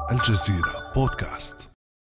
الجزيرة بودكاست.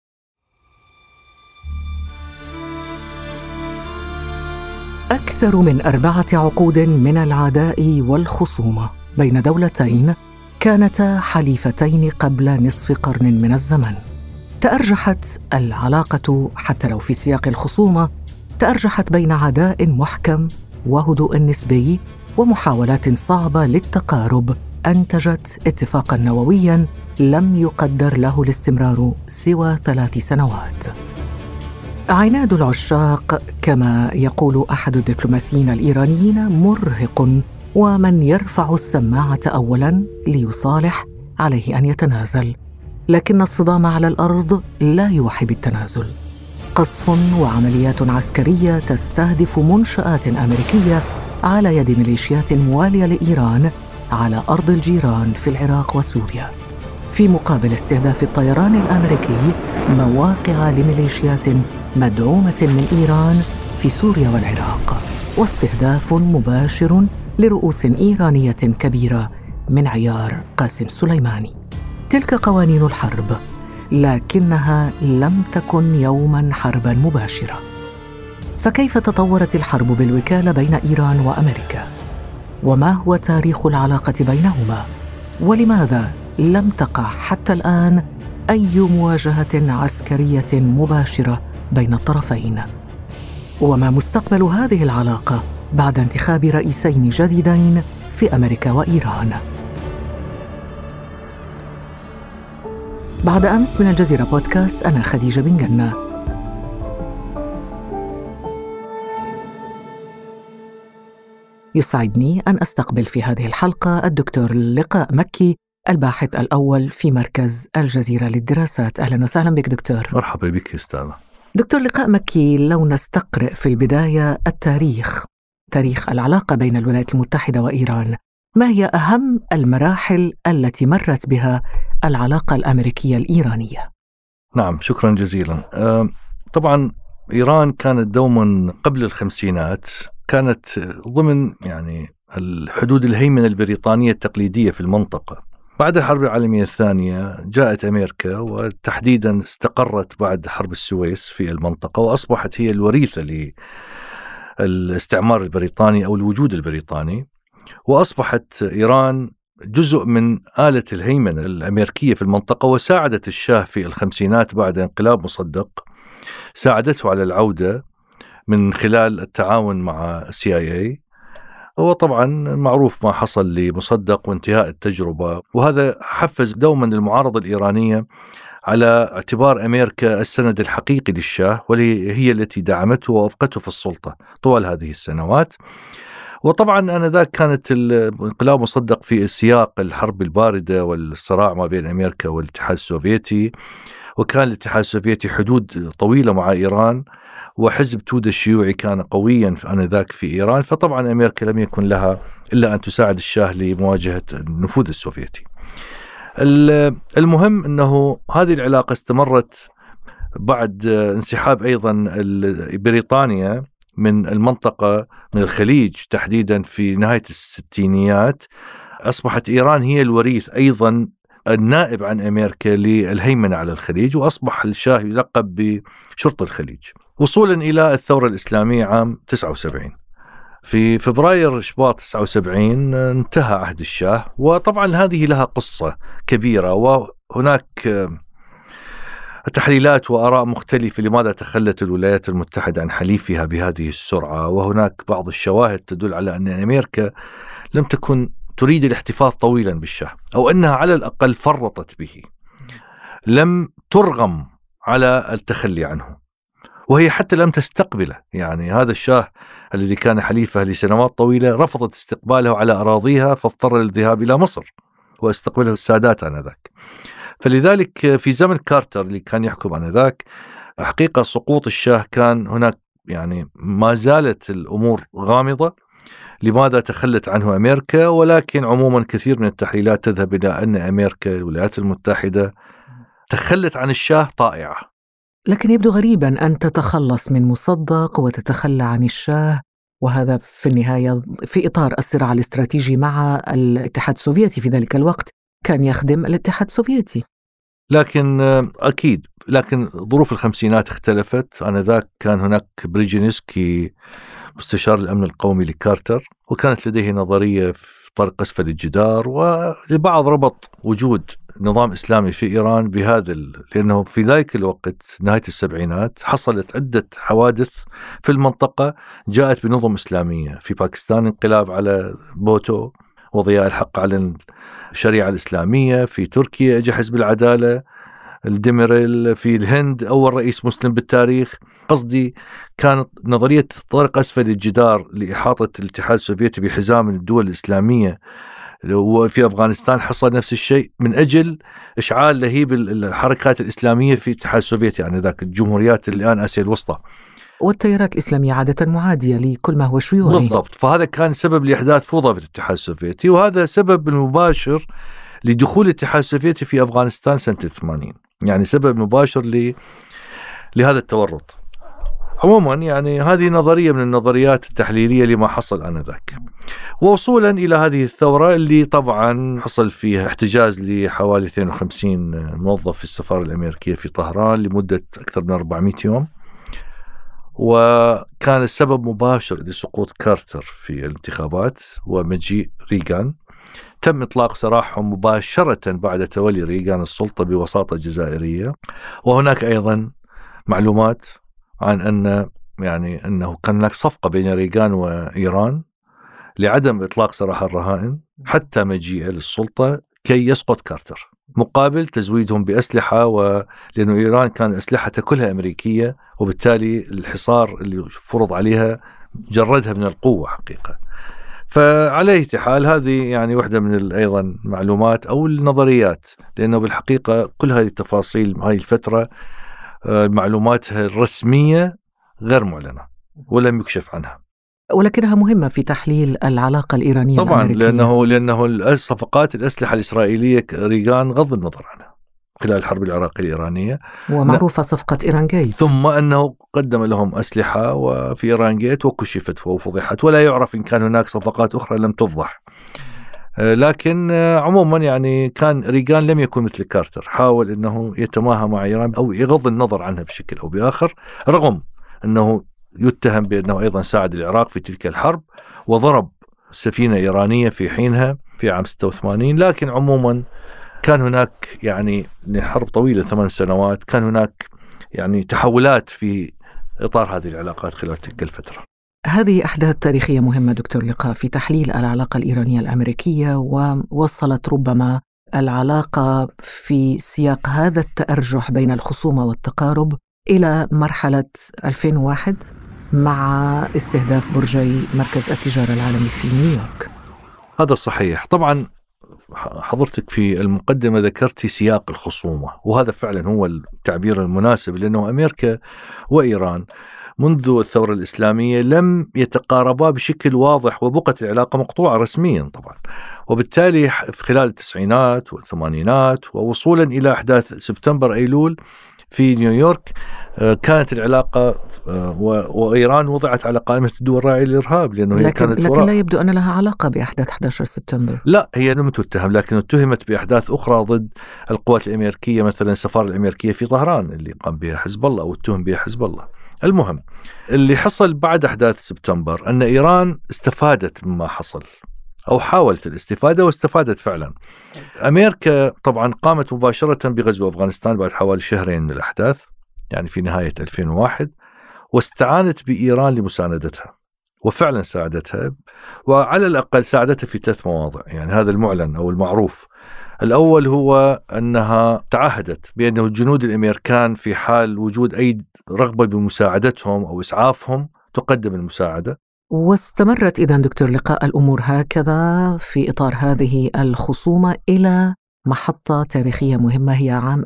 أكثر من 4 عقود من العداء والخصومة بين دولتين كانتا حليفتين قبل نصف قرن من الزمن. تأرجحت العلاقة حتى لو في سياق الخصومة، تأرجحت بين عداء محكم وهدوء نسبي ومحاولات صعبة للتقارب أنتجت اتفاقاً نووياً لم يقدر له الاستمرار سوى 3 سنوات. عناد العشاق كما يقول أحد الدبلوماسيين الإيرانيين مرهق، ومن يرفع السماعة أولاً ليصالح عليه أن يتنازل، لكن الصدام على الأرض لا يوحي بالتنازل. قصف وعمليات عسكرية تستهدف منشآت أمريكية على يد ميليشيات موالية لإيران على أرض الجيران في العراق وسوريا، في مقابل استهداف الطيران الأمريكي مواقع لميليشيات مدعومة من إيران في سوريا والعراق، واستهداف مباشر لرؤوس إيرانية كبيرة من عيار قاسم سليماني. تلك قوانين الحرب، لكنها لم تكن يوماً حرباً مباشرة. فكيف تطورت الحرب بالوكالة بين إيران وأمريكا؟ وما هو تاريخ العلاقة بينهما؟ ولماذا لم تقع حتى الآن أي مواجهة عسكرية مباشرة بين الطرفين؟ وما مستقبل هذه العلاقة بعد انتخاب رئيسين جديدين في أمريكا وإيران؟ بعد أمس من الجزيرة بودكاست، أنا خديجة بن جنة. يسعدني أن أستقبل في هذه الحلقة الدكتور لقاء مكي، الباحث الأول في مركز الجزيرة للدراسات. أهلا وسهلا بك دكتور. مرحبا بك أستاذة. دكتور لقاء مكي، لو نستقرئ في البداية تاريخ العلاقة بين الولايات المتحدة وإيران، ما هي أهم المراحل التي مرت بها العلاقة الأمريكية الإيرانية؟ نعم، شكرا جزيلا. طبعا إيران كانت دوما قبل الخمسينات كانت ضمن الحدود الهيمنة البريطانية التقليدية في المنطقة. بعد الحرب العالمية الثانية جاءت أمريكا، وتحديدا استقرت بعد حرب السويس في المنطقة، وأصبحت هي الوريثة للاستعمار البريطاني أو الوجود البريطاني، وأصبحت إيران جزء من آلة الهيمنة الأمريكية في المنطقة. وساعدت الشاه في الخمسينات بعد انقلاب مصدق، ساعدته على العودة من خلال التعاون مع CIA. وطبعا معروف ما حصل لمصدق وانتهاء التجربة، وهذا حفز دوما المعارضة الإيرانية على اعتبار أمريكا السند الحقيقي للشاه، وهي التي دعمته وأبقته في السلطة طوال هذه السنوات. وطبعا آنذاك كانت الانقلاب مصدق في سياق الحرب الباردة والصراع ما بين أمريكا والاتحاد السوفيتي، وكان الاتحاد السوفيتي حدود طويلة مع إيران، وحزب توده الشيوعي كان قويا آنذاك في إيران. فطبعا أمريكا لم يكن لها إلا أن تساعد الشاه لمواجهة النفوذ السوفيتي. المهم أنه هذه العلاقة استمرت بعد انسحاب أيضا بريطانيا من المنطقة، من الخليج تحديدا في نهاية الستينيات. أصبحت إيران هي الوريث أيضا النائب عن أمريكا للهيمنة على الخليج، وأصبح الشاه يلقب بشرط الخليج، وصولا إلى الثورة الإسلامية عام 79. في فبراير شباط 79 انتهى عهد الشاه، وطبعا هذه لها قصة كبيرة، وهناك تحليلات وآراء مختلفة لماذا تخلت الولايات المتحدة عن حليفها بهذه السرعة. وهناك بعض الشواهد تدل على أن أمريكا لم تكن تريد الاحتفاظ طويلا بالشاه، أو أنها على الأقل فرطت به، لم ترغم على التخلي عنه، وهي حتى لم تستقبله. هذا الشاه الذي كان حليفها لسنوات طويلة رفضت استقباله على أراضيها، فاضطر للذهاب إلى مصر واستقبله السادات آنذاك. فلذلك في زمن كارتر اللي كان يحكم آنذاك، حقيقة سقوط الشاه كان هناك ما زالت الأمور غامضة لماذا تخلت عنه أمريكا. ولكن عموما كثير من التحليلات تذهب إلى أن أمريكا الولايات المتحدة تخلت عن الشاه طائعة. لكن يبدو غريبا أن تتخلص من مصدق وتتخلى عن الشاه، وهذا في النهاية في إطار الصراع الاستراتيجي مع الاتحاد السوفيتي في ذلك الوقت، كان يخدم الاتحاد السوفيتي. لكن أكيد، لكن ظروف الخمسينات اختلفت. آنذاك كان هناك بريجينسكي مستشار الأمن القومي لكارتر، وكانت لديه نظرية في طرق أسفل الجدار، والبعض ربط وجود نظام إسلامي في إيران بهذا لأنه في ذلك الوقت نهاية السبعينات حصلت عدة حوادث في المنطقة جاءت بنظم إسلامية. في باكستان انقلاب على بوتو وضياء الحق على الشريعة الإسلامية، في تركيا اجى حزب العدالة الديميريل، في الهند أول رئيس مسلم بالتاريخ. قصدي كانت نظرية طرق أسفل الجدار لإحاطة الاتحاد السوفيتي بحزام الدول الإسلامية، وفي أفغانستان حصل نفس الشيء من أجل إشعال لهيب الحركات الإسلامية في الاتحاد السوفيتي، يعني ذاك الجمهوريات اللي الآن آسيا الوسطى. والتيارات الإسلامية عادة معادية لكل ما هو شيوعي. بالضبط، فهذا كان سبب لإحداث فوضى في الاتحاد السوفيتي، وهذا سبب المباشر لدخول الاتحاد السوفيتي في أفغانستان سنة 80، يعني سبب مباشر لهذا التورط. عموما يعني هذه نظرية من النظريات التحليلية لما حصل آنذاك، ووصولا إلى هذه الثورة اللي طبعا حصل فيها احتجاز لحوالي 52 موظف في السفارة الأمريكية في طهران لمدة أكثر من 400 يوم، وكان السبب مباشر لسقوط كارتر في الانتخابات ومجيء ريغان. تم إطلاق سراحهم مباشرة بعد تولي ريغان السلطة بوساطة جزائرية. وهناك أيضا معلومات عن أنه كان هناك صفقة بين ريغان وإيران لعدم إطلاق سراح الرهائن حتى مجيء للسلطة كي يسقط كارتر، مقابل تزويدهم بأسلحة، لأن إيران كان أسلحتها كلها أمريكية، وبالتالي الحصار اللي فرض عليها جردها من القوة حقيقة. فعلى أي حال هذه يعني واحدة من أيضا معلومات أو النظريات، لأنه بالحقيقة كل هذه التفاصيل هذه الفترة معلوماتها الرسمية غير معلنة ولم يكشف عنها، ولكنها مهمة في تحليل العلاقة الإيرانية طبعا الأمريكية. لأنه صفقات الأسلحة الإسرائيلية ريغان غض النظر عنها خلال الحرب العراقية الإيرانية، ومعروفة صفقة إيران جيت، ثم أنه قدم لهم أسلحة وفي إيران جيت وكشفت وفضحت، ولا يعرف إن كان هناك صفقات أخرى لم تفضح. لكن عموما يعني كان ريغان لم يكن مثل كارتر، حاول أنه يتماهى مع إيران أو يغض النظر عنها بشكل أو بآخر، رغم أنه يتهم بأنه أيضا ساعد العراق في تلك الحرب وضرب سفينة إيرانية في حينها في عام 86. لكن عموما كان هناك يعني حرب طويلة 8 سنوات، كان هناك يعني تحولات في إطار هذه العلاقات خلال تلك الفترة. هذه أحداث تاريخية مهمة دكتور لقاء في تحليل العلاقة الإيرانية الأمريكية، ووصلت ربما العلاقة في سياق هذا التأرجح بين الخصومة والتقارب إلى مرحلة 2001 مع استهداف برجي مركز التجارة العالمي في نيويورك. هذا صحيح. طبعا حضرتك في المقدمة ذكرتي سياق الخصومة، وهذا فعلا هو التعبير المناسب، لأنه أمريكا وإيران منذ الثورة الإسلامية لم يتقاربا بشكل واضح، وبقت العلاقة مقطوعة رسميا طبعا. وبالتالي خلال التسعينات والثمانينات ووصولا إلى أحداث سبتمبر أيلول في نيويورك كانت العلاقة وإيران وضعت على قائمة الدول الراعية للإرهاب، لأنه هي كانت لكن لا يبدو أن لها علاقة بأحداث 11 سبتمبر. لا، هي لم تتهم، لكن اتهمت بأحداث أخرى ضد القوات الأمريكية، مثلا السفارة الأمريكية في طهران اللي قام بها حزب الله أو اتهم بها حزب الله. المهم اللي حصل بعد أحداث سبتمبر أن إيران استفادت مما حصل أو حاولت الاستفادة واستفادت فعلا. أمريكا طبعا قامت مباشرة بغزو أفغانستان بعد حوالي شهرين من الأحداث، يعني في نهاية 2001، واستعانت بإيران لمساندتها، وفعلا ساعدتها، وعلى الأقل ساعدتها في 3 مواضع. يعني هذا المعلن أو المعروف. الأول هو أنها تعهدت بأنه الجنود الأمريكان في حال وجود أي رغبة بمساعدتهم أو إسعافهم تقدم المساعدة. واستمرت إذن دكتور لقاء الأمور هكذا في إطار هذه الخصومة إلى محطة تاريخية مهمة هي عام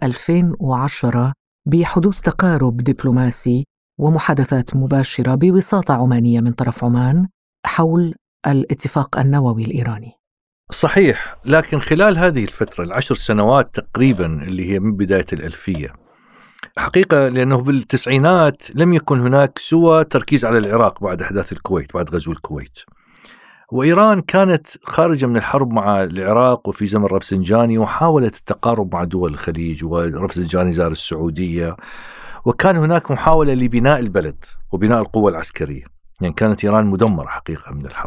2010 بحدوث تقارب دبلوماسي ومحادثات مباشرة بوساطة عمانية من طرف عمان حول الاتفاق النووي الإيراني. صحيح، لكن خلال هذه الفترة 10 سنوات تقريبا اللي هي من بداية الألفية حقيقة، لأنه بالتسعينات لم يكن هناك سوى تركيز على العراق بعد أحداث الكويت، بعد غزو الكويت، وإيران كانت خارجة من الحرب مع العراق وفي زمن رفسنجاني، وحاولت التقارب مع دول الخليج، ورفسنجاني زار السعودية، وكان هناك محاولة لبناء البلد وبناء القوة العسكرية. يعني كانت إيران مدمرة حقيقة من الحرب.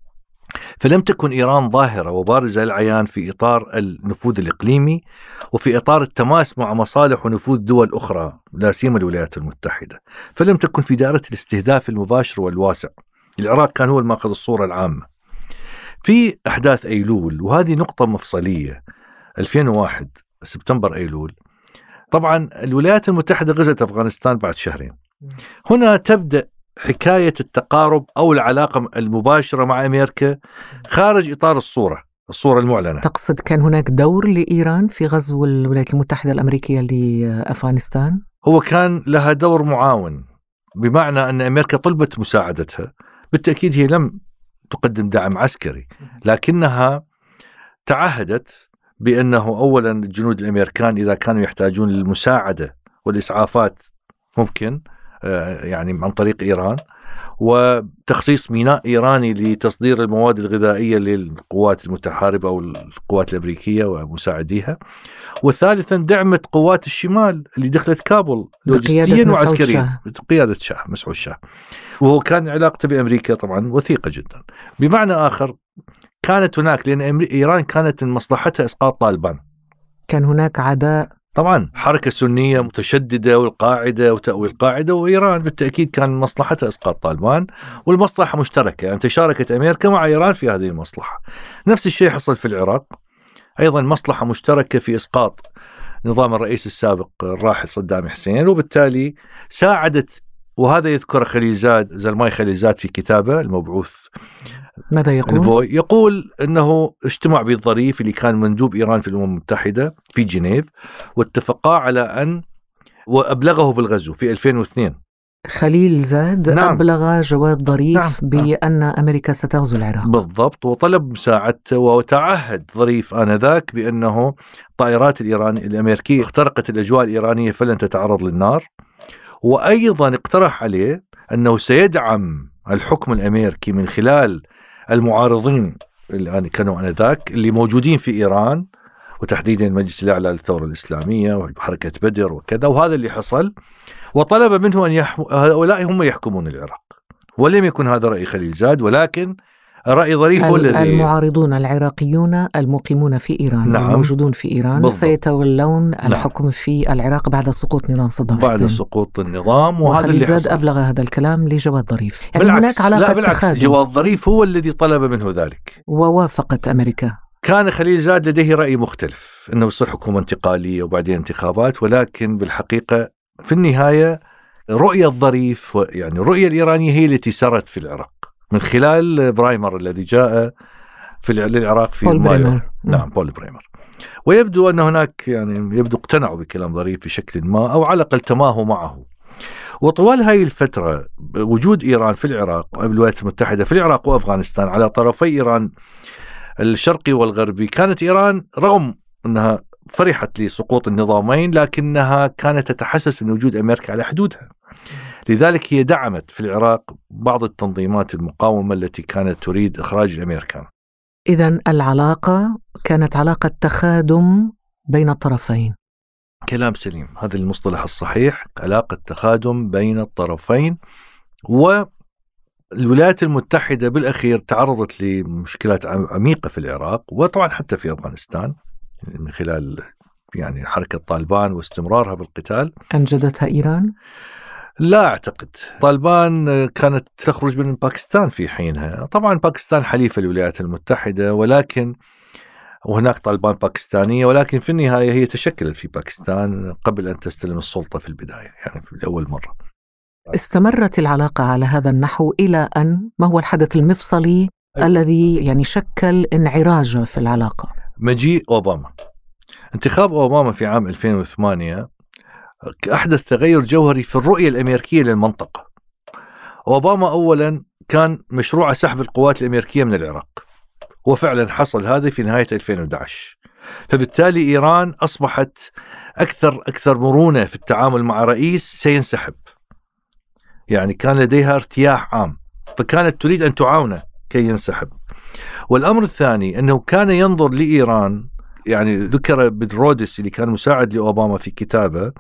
فلم تكن إيران ظاهرة وبارزة العيان في إطار النفوذ الإقليمي وفي إطار التماس مع مصالح ونفوذ دول أخرى لا سيما الولايات المتحدة، فلم تكن في دائرة الاستهداف المباشر والواسع. العراق كان هو الماخذ الصورة العامة. في أحداث أيلول، وهذه نقطة مفصلية، 2001 سبتمبر أيلول، طبعا الولايات المتحدة غزت أفغانستان بعد شهرين. هنا تبدأ حكاية التقارب أو العلاقة المباشرة مع أمريكا خارج إطار الصورة المعلنة. تقصد كان هناك دور لإيران في غزو الولايات المتحدة الأمريكية لأفغانستان؟ هو كان لها دور معاون، بمعنى أن أمريكا طلبت مساعدتها. بالتأكيد هي لم تقدم دعم عسكري، لكنها تعهدت بأنه أولا الجنود الأمريكان إذا كانوا يحتاجون للمساعدة والإسعافات ممكن يعني عن طريق إيران، وتخصيص ميناء إيراني لتصدير المواد الغذائية للقوات المتحاربة أو القوات الأمريكية ومساعديها. وثالثا دعمت قوات الشمال اللي دخلت كابول لوجستيا وعسكريا بقيادة مسعود شاه، وهو كان علاقته بأمريكا طبعا وثيقة جدا. بمعنى آخر كانت هناك، لأن إيران كانت من مصلحتها إسقاط طالبان، كان هناك عداء طبعا حركة سنية متشددة والقاعدة وتأوي القاعدة، وإيران بالتأكيد كان مصلحتها إسقاط طالبان، والمصلحة مشتركة. يعني تشاركت أمريكا مع إيران في هذه المصلحة. نفس الشيء حصل في العراق، أيضا مصلحة مشتركة في إسقاط نظام الرئيس السابق الراحل صدام حسين، وبالتالي ساعدت. وهذا يذكر زلماي خليلزاد في كتابه المبعوث. ماذا يقول؟ يقول أنه اجتمع بالظريف اللي كان مندوب إيران في الأمم المتحدة في جنيف، واتفقا على أن وأبلغه بالغزو في 2002. خليلزاد نعم. أبلغ جواد ظريف نعم. بأن أمريكا ستغزو العراق بالضبط، وطلب مساعدته، وتعهد ظريف آنذاك بأنه الطائرات الأمريكية اخترقت الأجواء الإيرانية فلن تتعرض للنار. وأيضا اقترح عليه أنه سيدعم الحكم الأمريكي من خلال المعارضين اللي كانوا آنذاك اللي موجودين في إيران، وتحديدا المجلس الأعلى للثورة الإسلامية وحركة بدر وكذا. وهذا اللي حصل، وطلب منه أن هؤلاء هم يحكمون العراق. ولم يكن هذا رأي خليلزاد، ولكن رأي ظريف هو الذي المعارضون العراقيون المقيمون في إيران، نعم. الموجودون في إيران بالضبط. سيتولون نعم. الحكم في العراق بعد سقوط نظام صدام حسين. بعد سقوط النظام. وهذا اللي حصل. أبلغ هذا الكلام لجواد ظريف. يعني هناك علاقة تخاذل. جواد ظريف هو الذي طلب منه ذلك، ووافقت أمريكا. كان خليلزاد لديه رأي مختلف، أنه يصير حكومة انتقالية وبعدين انتخابات، ولكن بالحقيقة في النهاية رؤية الظريف يعني الرؤية الإيرانية هي التي سرت في العراق من خلال برايمر الذي جاء في للعراق في مايو. نعم، بول بريمر. ويبدو أن هناك يبدو اقتنعوا بكلام ظريف بشكل ما، أو على الأقل تماهوا معه. وطوال هاي الفترة وجود إيران في العراق والولايات المتحدة في العراق وأفغانستان على طرفي إيران الشرقي والغربي، كانت إيران رغم أنها فرحت لسقوط النظامين لكنها كانت تتحسس من وجود أمريكا على حدودها. لذلك هي دعمت في العراق بعض التنظيمات المقاومة التي كانت تريد إخراج الأمريكان. إذن العلاقة كانت علاقة تخادم بين الطرفين. كلام سليم، هذا المصطلح الصحيح، علاقة تخادم بين الطرفين. والولايات المتحدة بالأخير تعرضت لمشكلات عميقة في العراق، وطبعا حتى في أفغانستان من خلال حركة طالبان واستمرارها بالقتال. أنجدتها إيران؟ لا أعتقد. طالبان كانت تخرج من باكستان في حينها، طبعا باكستان حليفة الولايات المتحدة، ولكن وهناك طالبان باكستانية، ولكن في النهاية هي تشكلت في باكستان قبل أن تستلم السلطة في البداية، في أول مرة. استمرت العلاقة على هذا النحو إلى أن ما هو الحدث المفصلي الذي شكل انعراج في العلاقة؟ مجيء أوباما. انتخاب أوباما في عام 2008 أحدث تغير جوهري في الرؤية الأمريكية للمنطقة. أوباما أولا كان مشروع سحب القوات الأمريكية من العراق، وفعلا حصل هذا في نهاية 2011. فبالتالي إيران أصبحت أكثر مرونة في التعامل مع رئيس سينسحب، كان لديها ارتياح عام، فكانت تريد أن تعاونه كي ينسحب. والأمر الثاني أنه كان ينظر لإيران، يعني ذكر بالرودس اللي كان مساعد لأوباما في كتابه،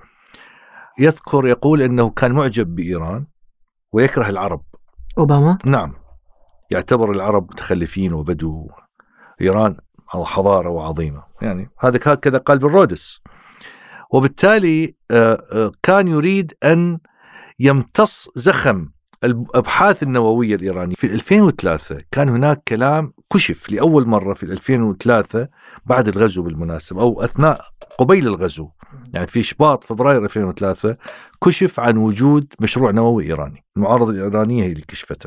يقول أنه كان معجب بإيران ويكره العرب. أوباما؟ نعم، يعتبر العرب متخلفين وبدو، إيران حضارة وعظيمة، يعني هكذا قال بالرودس. وبالتالي كان يريد أن يمتص زخم الأبحاث النووية الإيرانية. في 2003 كان هناك كلام كشف لأول مرة في 2003 بعد الغزو بالمناسبة، أو أثناء قبيل الغزو، يعني في شباط فبراير 2003 كشف عن وجود مشروع نووي إيراني. المعارضة الإيرانية هي اللي كشفته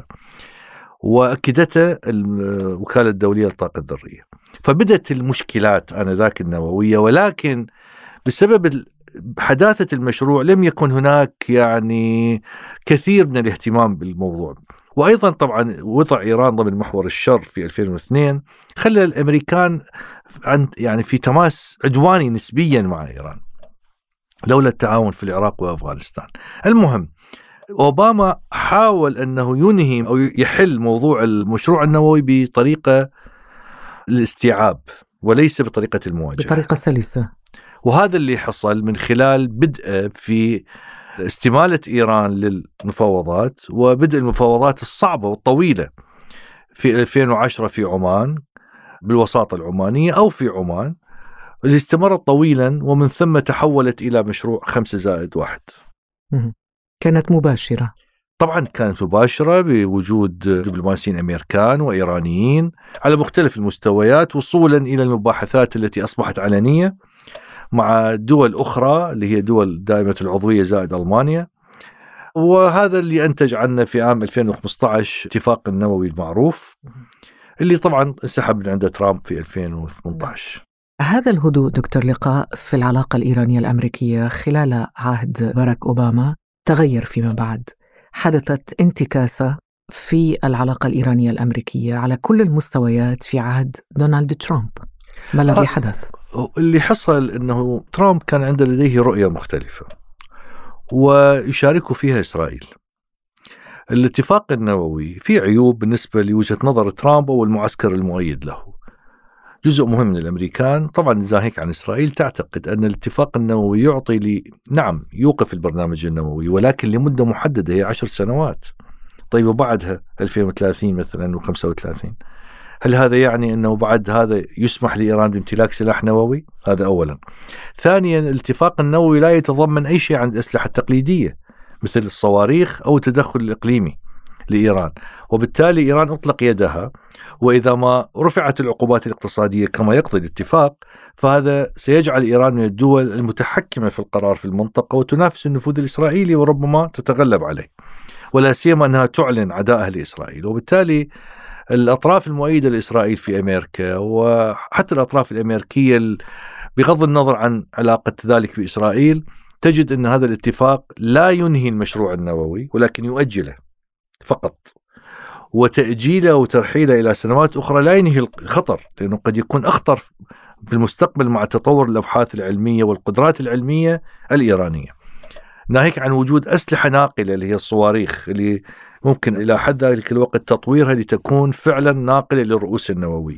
وأكدته الوكالة الدولية للطاقة الذرية. فبدت المشكلات آنذاك النووية، ولكن بسبب حداثة المشروع لم يكن هناك يعني كثير من الاهتمام بالموضوع. وأيضا طبعا وضع إيران ضمن محور الشر في 2002 خلى الأمريكان يعني في تماس عدواني نسبيا مع إيران لولا التعاون في العراق وأفغانستان. المهم، أوباما حاول أنه ينهي أو يحل موضوع المشروع النووي بطريقة الاستيعاب وليس بطريقة المواجهة، بطريقة سلسة. وهذا اللي حصل من خلال بدء في استمالة إيران للمفاوضات، وبدء المفاوضات الصعبة والطويلة في 2010 في عمان بالوساطة العمانية أو في عمان، اللي استمرت طويلا، ومن ثم تحولت إلى مشروع 5+1. كانت مباشرة. طبعا كانت مباشرة بوجود دبلوماسيين أمريكان وإيرانيين على مختلف المستويات، وصولا إلى المباحثات التي أصبحت علنية مع دول أخرى اللي هي دول دائمة العضوية زائد ألمانيا. وهذا اللي أنتج عنه في عام 2015 اتفاق النووي المعروف اللي طبعا انسحب من عند ترامب في 2018. هذا الهدوء دكتور لقاء في العلاقة الإيرانية الأمريكية خلال عهد باراك أوباما تغير فيما بعد. حدثت انتكاسة في العلاقة الإيرانية الأمريكية على كل المستويات في عهد دونالد ترامب. ما الذي حدث؟ اللي حصل أنه ترامب كان لديه رؤية مختلفة ويشارك فيها إسرائيل. الاتفاق النووي فيه عيوب بالنسبة لوجهة نظر ترامب والمعسكر المؤيد له. جزء مهم من الأمريكان طبعا ناهيك عن إسرائيل تعتقد أن الاتفاق النووي يعطي نعم يوقف البرنامج النووي، ولكن لمدة محددة هي 10 سنوات. طيب وبعدها 2030 مثلا و35، هل هذا يعني أنه بعد هذا يسمح لإيران بامتلاك سلاح نووي؟ هذا أولا. ثانيا، الاتفاق النووي لا يتضمن أي شيء عن الأسلحة التقليدية مثل الصواريخ أو التدخل الإقليمي لإيران، وبالتالي إيران أطلق يدها، وإذا ما رفعت العقوبات الاقتصادية كما يقضي الاتفاق فهذا سيجعل إيران من الدول المتحكمة في القرار في المنطقة وتنافس النفوذ الإسرائيلي وربما تتغلب عليه، ولا سيما أنها تعلن عدائها لإسرائيل. وبالتالي الأطراف المؤيدة لإسرائيل في أمريكا وحتى الأطراف الأمريكية بغض النظر عن علاقة ذلك بإسرائيل تجد أن هذا الاتفاق لا ينهي المشروع النووي ولكن يؤجله فقط، وتأجيله وترحيله إلى سنوات أخرى لا ينهي الخطر، لأنه قد يكون أخطر في المستقبل مع تطور الأبحاث العلمية والقدرات العلمية الإيرانية، ناهيك عن وجود أسلحة ناقلة اللي هي الصواريخ اللي ممكن إلى حد ذلك الوقت تطويرها لتكون فعلا ناقلة للرؤوس النووية.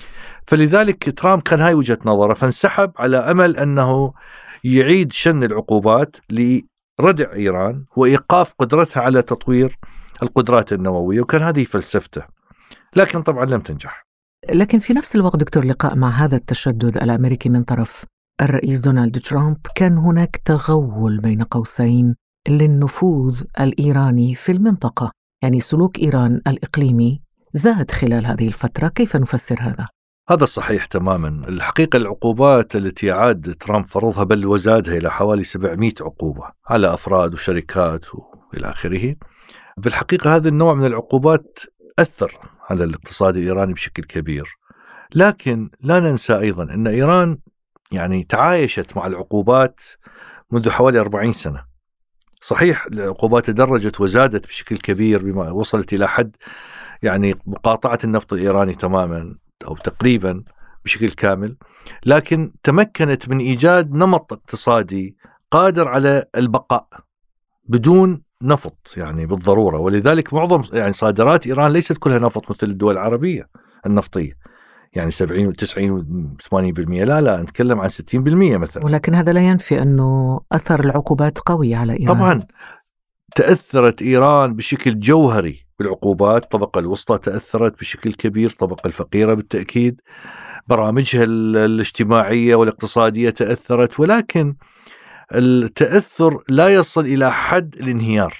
فلذلك ترامب كان هاي وجهة نظره، فانسحب على أمل أنه يعيد شن العقوبات لردع إيران وإيقاف قدرتها على تطوير القدرات النووية، وكان هذه فلسفته، لكن طبعا لم تنجح. لكن في نفس الوقت دكتور لقاء، مع هذا التشدد الأمريكي من طرف الرئيس دونالد ترامب كان هناك تغول بين قوسين للنفوذ الإيراني في المنطقة، يعني سلوك إيران الإقليمي زاد خلال هذه الفترة. كيف نفسر هذا؟ هذا صحيح تماما. الحقيقة العقوبات التي عاد ترامب فرضها بل وزادها إلى حوالي 700 عقوبة على أفراد وشركات وإلى آخره. بالحقيقة هذا النوع من العقوبات أثر على الاقتصاد الإيراني بشكل كبير، لكن لا ننسى أيضا أن إيران يعني تعايشت مع العقوبات منذ حوالي 40 سنة. صحيح العقوبات تدرجت وزادت بشكل كبير بما وصلت إلى حد يعني مقاطعة النفط الإيراني تماما أو تقريبا بشكل كامل، لكن تمكنت من إيجاد نمط اقتصادي قادر على البقاء بدون نفط يعني بالضرورة. ولذلك معظم يعني صادرات إيران ليست كلها نفط مثل الدول العربية، النفطية، يعني 70 و90 و80%. لا نتكلم عن 60% مثلا. ولكن هذا لا ينفي أنه أثر العقوبات قوي على إيران. طبعا تأثرت إيران بشكل جوهري بالعقوبات. الطبقة الوسطى تأثرت بشكل كبير، الطبقة الفقيرة بالتأكيد، برامجها الاجتماعية والاقتصادية تأثرت، ولكن التأثر لا يصل إلى حد الانهيار.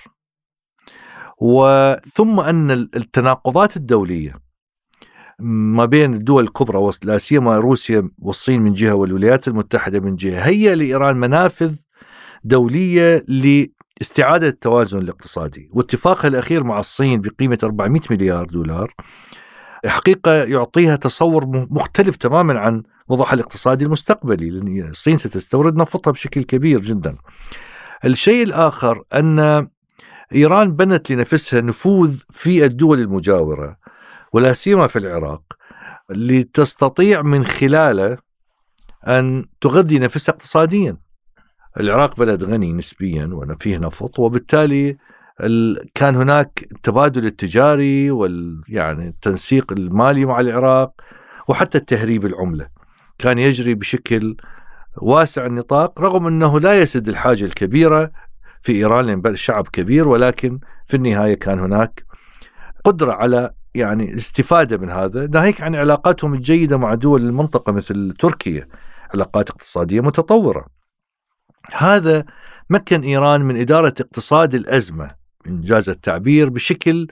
وثم أن التناقضات الدولية ما بين الدول الكبرى لا سيما روسيا والصين من جهة والولايات المتحدة من جهة هي لإيران منافذ دولية لاستعادة التوازن الاقتصادي. واتفاقها الأخير مع الصين بقيمة 400 مليار دولار حقيقة يعطيها تصور مختلف تماما عن وضعها الاقتصادي المستقبلي، لأن الصين ستستورد نفطها بشكل كبير جدا. الشيء الآخر أن إيران بنت لنفسها نفوذ في الدول المجاورة ولا سيما في العراق، لتستطيع من خلاله أن تغذي نفسها اقتصاديا. العراق بلد غني نسبيا وفيه نفط، وبالتالي كان هناك التبادل التجاري يعني التنسيق المالي مع العراق، وحتى التهريب العملة كان يجري بشكل واسع النطاق، رغم أنه لا يسد الحاجة الكبيرة في إيران لأن الشعب كبير، ولكن في النهاية كان هناك قدرة على يعني الاستفادة من هذا، ناهيك عن علاقاتهم الجيدة مع دول المنطقة مثل تركيا، علاقات اقتصادية متطورة. هذا مكن إيران من إدارة اقتصاد الأزمة إنجاز التعبير بشكل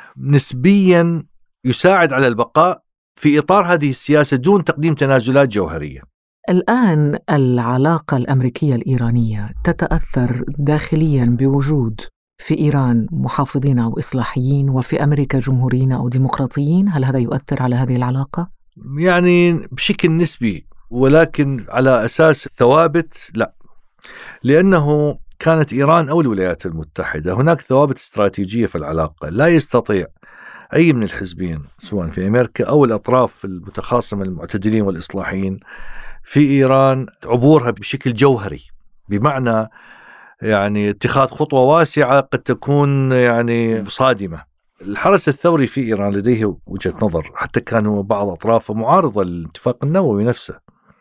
نسبيا يساعد على البقاء في إطار هذه السياسة دون تقديم تنازلات جوهرية. الآن العلاقة الأمريكية الإيرانية تتأثر داخليا بوجود في إيران محافظين أو إصلاحيين وفي أمريكا جمهوريين أو ديمقراطيين. هل هذا يؤثر على هذه العلاقة؟ يعني بشكل نسبي، ولكن على أساس ثوابت لا، لأنه كانت إيران أو الولايات المتحدة هناك ثوابت استراتيجية في العلاقة. لا يستطيع أي من الحزبين سواء في أمريكا أو الأطراف المتخاصمة المعتدلين والإصلاحيين في إيران عبورها بشكل جوهري، بمعنى يعني اتخاذ خطوة واسعة قد تكون يعني صادمة. الحرس الثوري في إيران لديه وجهة نظر، حتى كانوا بعض أطرافه معارضة للاتفاق النووي نفسه،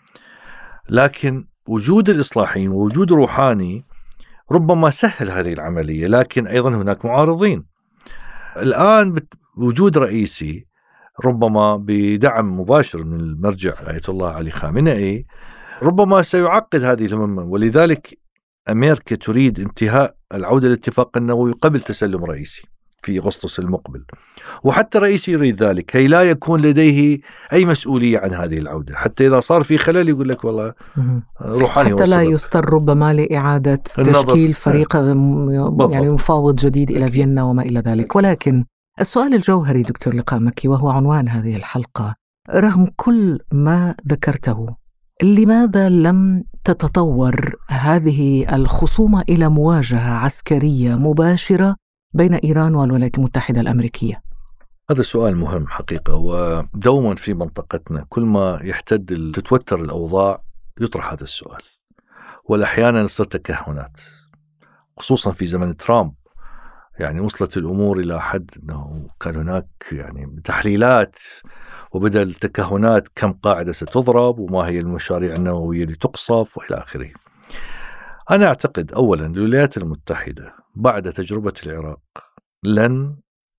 لكن وجود الإصلاحيين ووجود روحاني ربما سهل هذه العملية، لكن أيضا هناك معارضين. الآن وجود رئيسي ربما بدعم مباشر من المرجع آية الله علي خامنئي ربما سيعقد هذه المهمة، ولذلك أمريكا تريد انتهاء العودة للاتفاق النووي قبل تسلم رئيسي في أغسطس المقبل، وحتى رئيسي يريد ذلك كي لا يكون لديه أي مسؤولية عن هذه العودة، حتى إذا صار في خلل يقول لك والله روحاني حتى لا يضطر ربما لإعادة تشكيل فريق يعني مفاوض جديد إلى فيينا وما إلى ذلك. ولكن السؤال الجوهري دكتور لقاء مكي، وهو عنوان هذه الحلقة، رغم كل ما ذكرته لماذا لم تتطور هذه الخصومة إلى مواجهة عسكرية مباشرة بين إيران والولايات المتحدة الأمريكية؟ هذا سؤال مهم حقيقة، ودوما في منطقتنا كل ما تتوتر الأوضاع يطرح هذا السؤال، والأحيانا يصير تكهنات، خصوصا في زمن ترامب. يعني وصلت الأمور إلى حد أنه كان هناك يعني تحليلات وبدأ التكهنات، كم قاعدة ستضرب وما هي المشاريع النووية اللي تقصف وإلى آخره. أنا أعتقد أولا الولايات المتحدة بعد تجربة العراق لن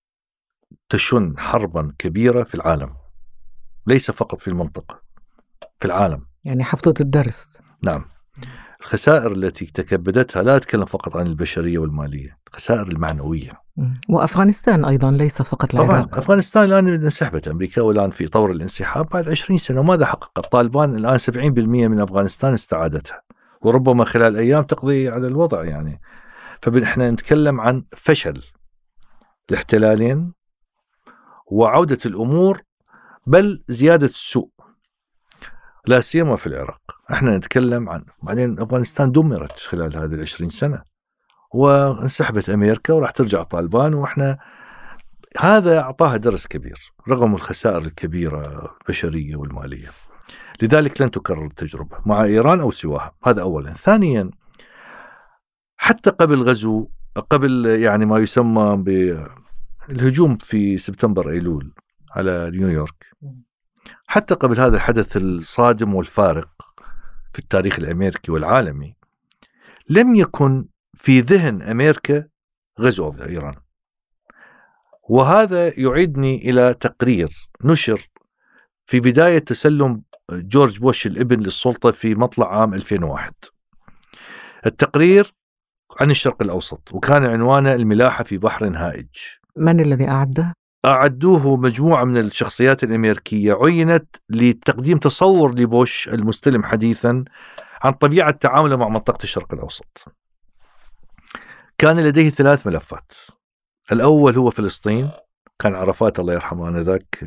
تشن حربا كبيرة في العالم، ليس فقط في المنطقة، في العالم. يعني حفظت الدرس. نعم. الخسائر التي تكبدتها لا أتكلم فقط عن البشرية والمالية، الخسائر المعنوية. وأفغانستان أيضا ليس فقط العراق. طبعا أفغانستان الآن انسحبت أمريكا، والآن في طور الانسحاب بعد 20 سنة. وماذا حقق طالبان؟ الآن 70% من أفغانستان استعادتها، وربما خلال أيام تقضي على الوضع يعني. فإحنا نتكلم عن فشل الاحتلالين وعودة الأمور، بل زيادة السوء، لا سيما في العراق. احنا نتكلم عن بعدين أفغانستان دمرت خلال هذه 20 سنة وانسحبت أمريكا وراح ترجع طالبان، واحنا هذا أعطاها درس كبير رغم الخسائر الكبيرة البشرية والمالية. لذلك لن تكرر التجربة مع إيران أو سواها. هذا أولا. ثانيا، حتى قبل يعني ما يسمى بالهجوم في سبتمبر أيلول على نيويورك. حتى قبل هذا الحدث الصادم والفارق في التاريخ الأمريكي والعالمي لم يكن في ذهن أمريكا غزو إيران. وهذا يعيدني إلى تقرير نشر في بداية تسلم جورج بوش الابن للسلطة في مطلع عام 2001. التقرير عن الشرق الأوسط وكان عنوانه الملاحة في بحر هائج. من الذي أعده؟ أعدوه مجموعة من الشخصيات الأمريكية عينت لتقديم تصور لبوش المستلم حديثا عن طبيعة تعامله مع منطقة الشرق الأوسط. كان لديه 3 ملفات. الأول هو فلسطين، كان عرفات الله يرحمه آنذاك،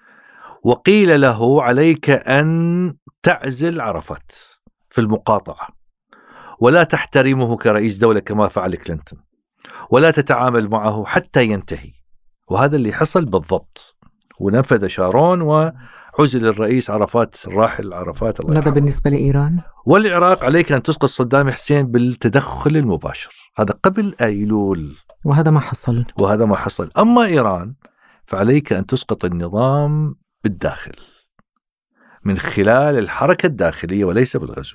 وقيل له عليك أن تعزل عرفات في المقاطعة ولا تحترمه كرئيس دولة كما فعل كلينتون ولا تتعامل معه حتى ينتهي. وهذا اللي حصل بالضبط، ونفذ شارون وعزل الرئيس عرفات الراحل عرفات الله يرحمه. ماذا بالنسبة لإيران؟ والعراق عليك أن تسقط صدام حسين بالتدخل المباشر، هذا قبل أيلول، وهذا ما حصل. أما إيران فعليك أن تسقط النظام بالداخل من خلال الحركة الداخلية وليس بالغزو.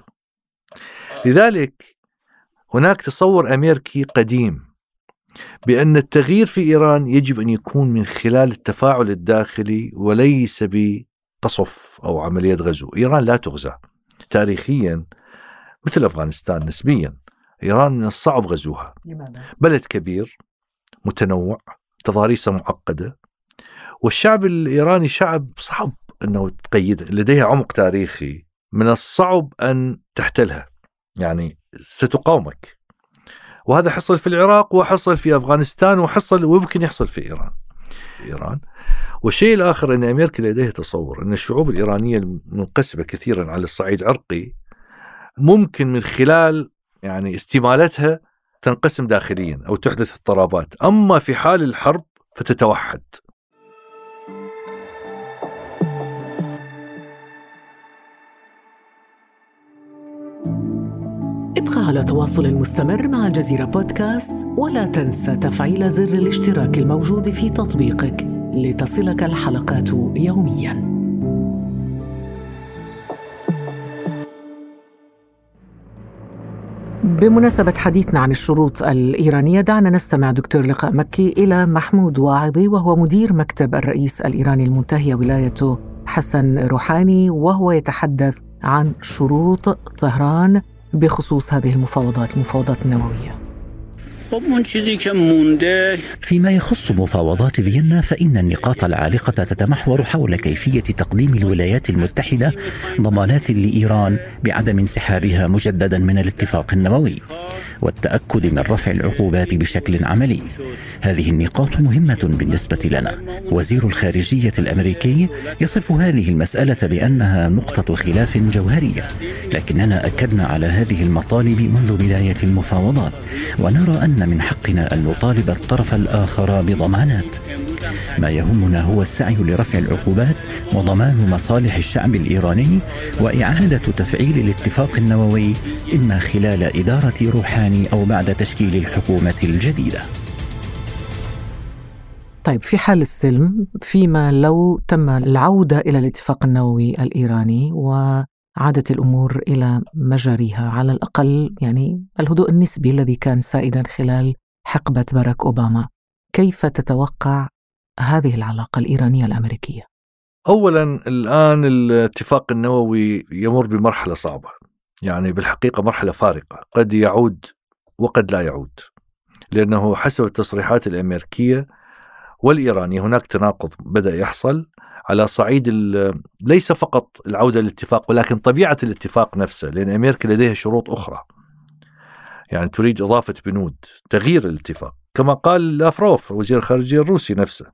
لذلك هناك تصور أمريكي قديم بأن التغيير في إيران يجب أن يكون من خلال التفاعل الداخلي وليس بقصف أو عملية غزو. إيران لا تغزى تاريخيا مثل أفغانستان نسبيا. إيران من الصعب غزوها. لماذا؟ بلد كبير متنوع، تضاريسه معقدة، والشعب الإيراني شعب صعب أنه تقيده، لديها عمق تاريخي من الصعب أن تحتلها، يعني ستقاومك. وهذا حصل في العراق وحصل في أفغانستان وحصل ويمكن يحصل في إيران. والشيء الآخر أن أمريكا لديها تصور أن الشعوب الإيرانية المنقسمة كثيرا على الصعيد عرقي ممكن من خلال يعني استمالتها تنقسم داخليا أو تحدث اضطرابات، أما في حال الحرب فتتوحد. ابقى على تواصل مستمر مع الجزيرة بودكاست، ولا تنسى تفعيل زر الاشتراك الموجود في تطبيقك لتصلك الحلقات يومياً. بمناسبة حديثنا عن الشروط الإيرانية، دعنا نستمع دكتور لقاء مكي إلى محمود واعظي، وهو مدير مكتب الرئيس الإيراني المنتهي ولايته حسن روحاني، وهو يتحدث عن شروط طهران بخصوص هذه المفاوضات النووية. فيما يخص مفاوضات فيينا فإن النقاط العالقة تتمحور حول كيفية تقديم الولايات المتحدة ضمانات لإيران بعدم انسحابها مجددا من الاتفاق النووي، والتأكد من رفع العقوبات بشكل عملي. هذه النقاط مهمة بالنسبة لنا. وزير الخارجية الأمريكي يصف هذه المسألة بأنها نقطة خلاف جوهرية، لكننا أكدنا على هذه المطالب منذ بداية المفاوضات، ونرى أن من حقنا أن نطالب الطرف الآخر بضمانات. ما يهمنا هو السعي لرفع العقوبات وضمان مصالح الشعب الإيراني وإعادة تفعيل الاتفاق النووي، إما خلال إدارة روحاني أو بعد تشكيل الحكومة الجديدة. طيب، في حال السلم، فيما لو تم العودة إلى الاتفاق النووي الإيراني وعادت الأمور إلى مجاريها، على الأقل يعني الهدوء النسبي الذي كان سائدا خلال حقبة باراك أوباما، كيف تتوقع هذه العلاقة الإيرانية الأمريكية؟ أولا، الآن الاتفاق النووي يمر بمرحلة صعبة، يعني بالحقيقة مرحلة فارقة، قد يعود وقد لا يعود، لأنه حسب التصريحات الأمريكية والإيرانية هناك تناقض بدأ يحصل على صعيد ليس فقط العودة للاتفاق ولكن طبيعة الاتفاق نفسه، لأن أمريكا لديها شروط أخرى، يعني تريد إضافة بنود تغيير الاتفاق كما قال لافروف وزير الخارجية الروسي نفسه.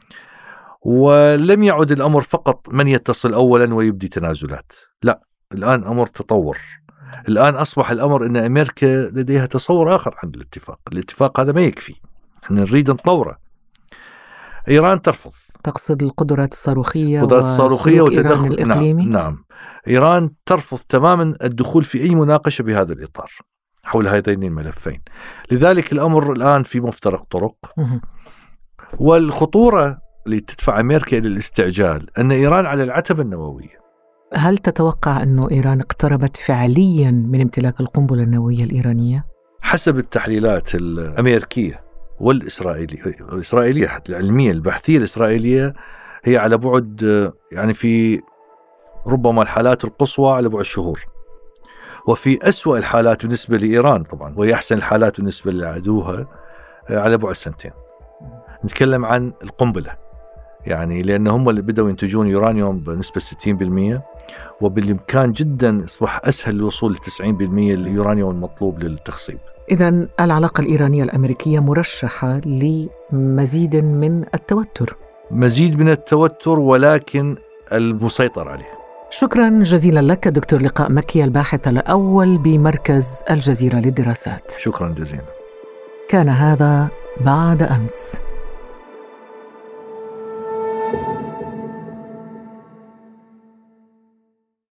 ولم يعد الأمر فقط من يتصل أولا ويبدي تنازلات، لا، الآن أمر تطور. الآن أصبح الأمر أن أمريكا لديها تصور آخر عن الاتفاق هذا ما يكفي، احنا نريد نطوره. إيران ترفض. تقصد القدرات الصاروخية وتدخل الإقليمي؟ نعم. إيران ترفض تماما الدخول في أي مناقشة بهذا الإطار حول هذين الملفين. لذلك الأمر الآن في مفترق طرق. والخطورة اللي تدفع أمريكا إلى الاستعجال أن إيران على العتبة النووية. هل تتوقع أن إيران اقتربت فعليا من امتلاك القنبلة النووية الإيرانية؟ حسب التحليلات الأمريكية والإسرائيلية حتى العلمية البحثية الإسرائيلية، هي على بعد يعني في ربما الحالات القصوى على بعد شهور، وفي أسوأ الحالات بالنسبة لإيران طبعا، وهي أحسن الحالات بالنسبة لعدوها على بعد 2 سنين. نتكلم عن القنبلة يعني، لأن هم اللي بدأوا ينتجون يورانيوم بنسبة 60%، وبالإمكان جدا أصبح أسهل الوصول ل 90% اليورانيوم المطلوب للتخصيب. إذن العلاقة الإيرانية الأمريكية مرشحة لمزيد من التوتر. مزيد من التوتر، ولكن المسيطر عليه. شكرا جزيلا لك دكتور لقاء مكي، الباحث الأول بمركز الجزيرة للدراسات. شكرا جزيلا. كان هذا بعد أمس.